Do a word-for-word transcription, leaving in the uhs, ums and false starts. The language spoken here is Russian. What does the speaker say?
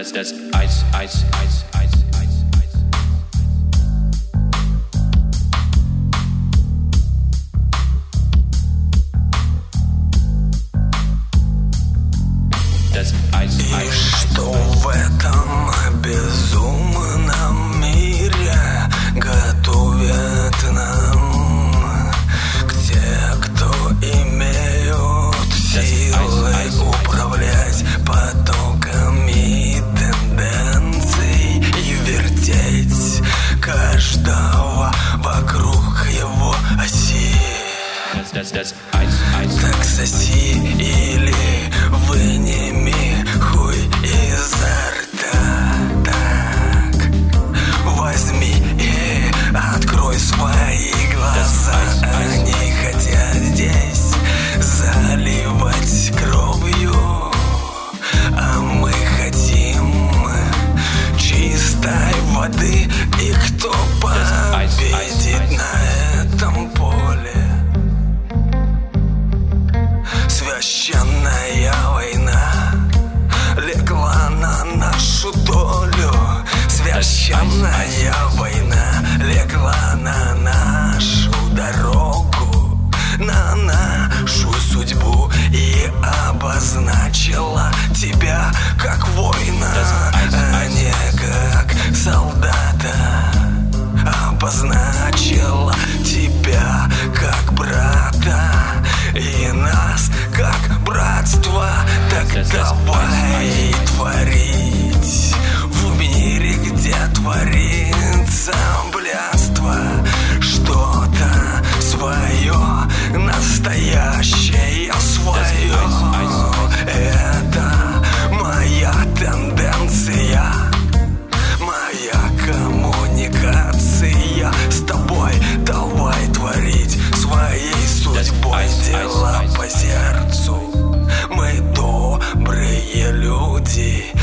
das, das Eis, Eis, Eis, Eis, Eis, Eis. Das Eis, И Eis, что в этом безумном мире готовят нам те, кто имеют силы управлять потоками тенденций и вертеть каждого вокруг его оси. das, das, das Eis, Eis. Так соси или вынеми хуй изо рта. Так возьми и открой свои глаза. Они хотят здесь заливать кровью, а мы хотим чистой воды. И кто победит на этом поле? Священная война легла на нашу долю. Священная война легла на нашу дорогу, на нашу судьбу и обозначила тебя как воина, а не как солдата. Обозначила тебя как брата и нас как братство. Так давай творить в мире, где творится блядство, что-то свое, настоящее свое. Это моя тенденция, моя коммуникация с тобой. Давай творить своей судьбой дела по сердцу. Мы добрые люди.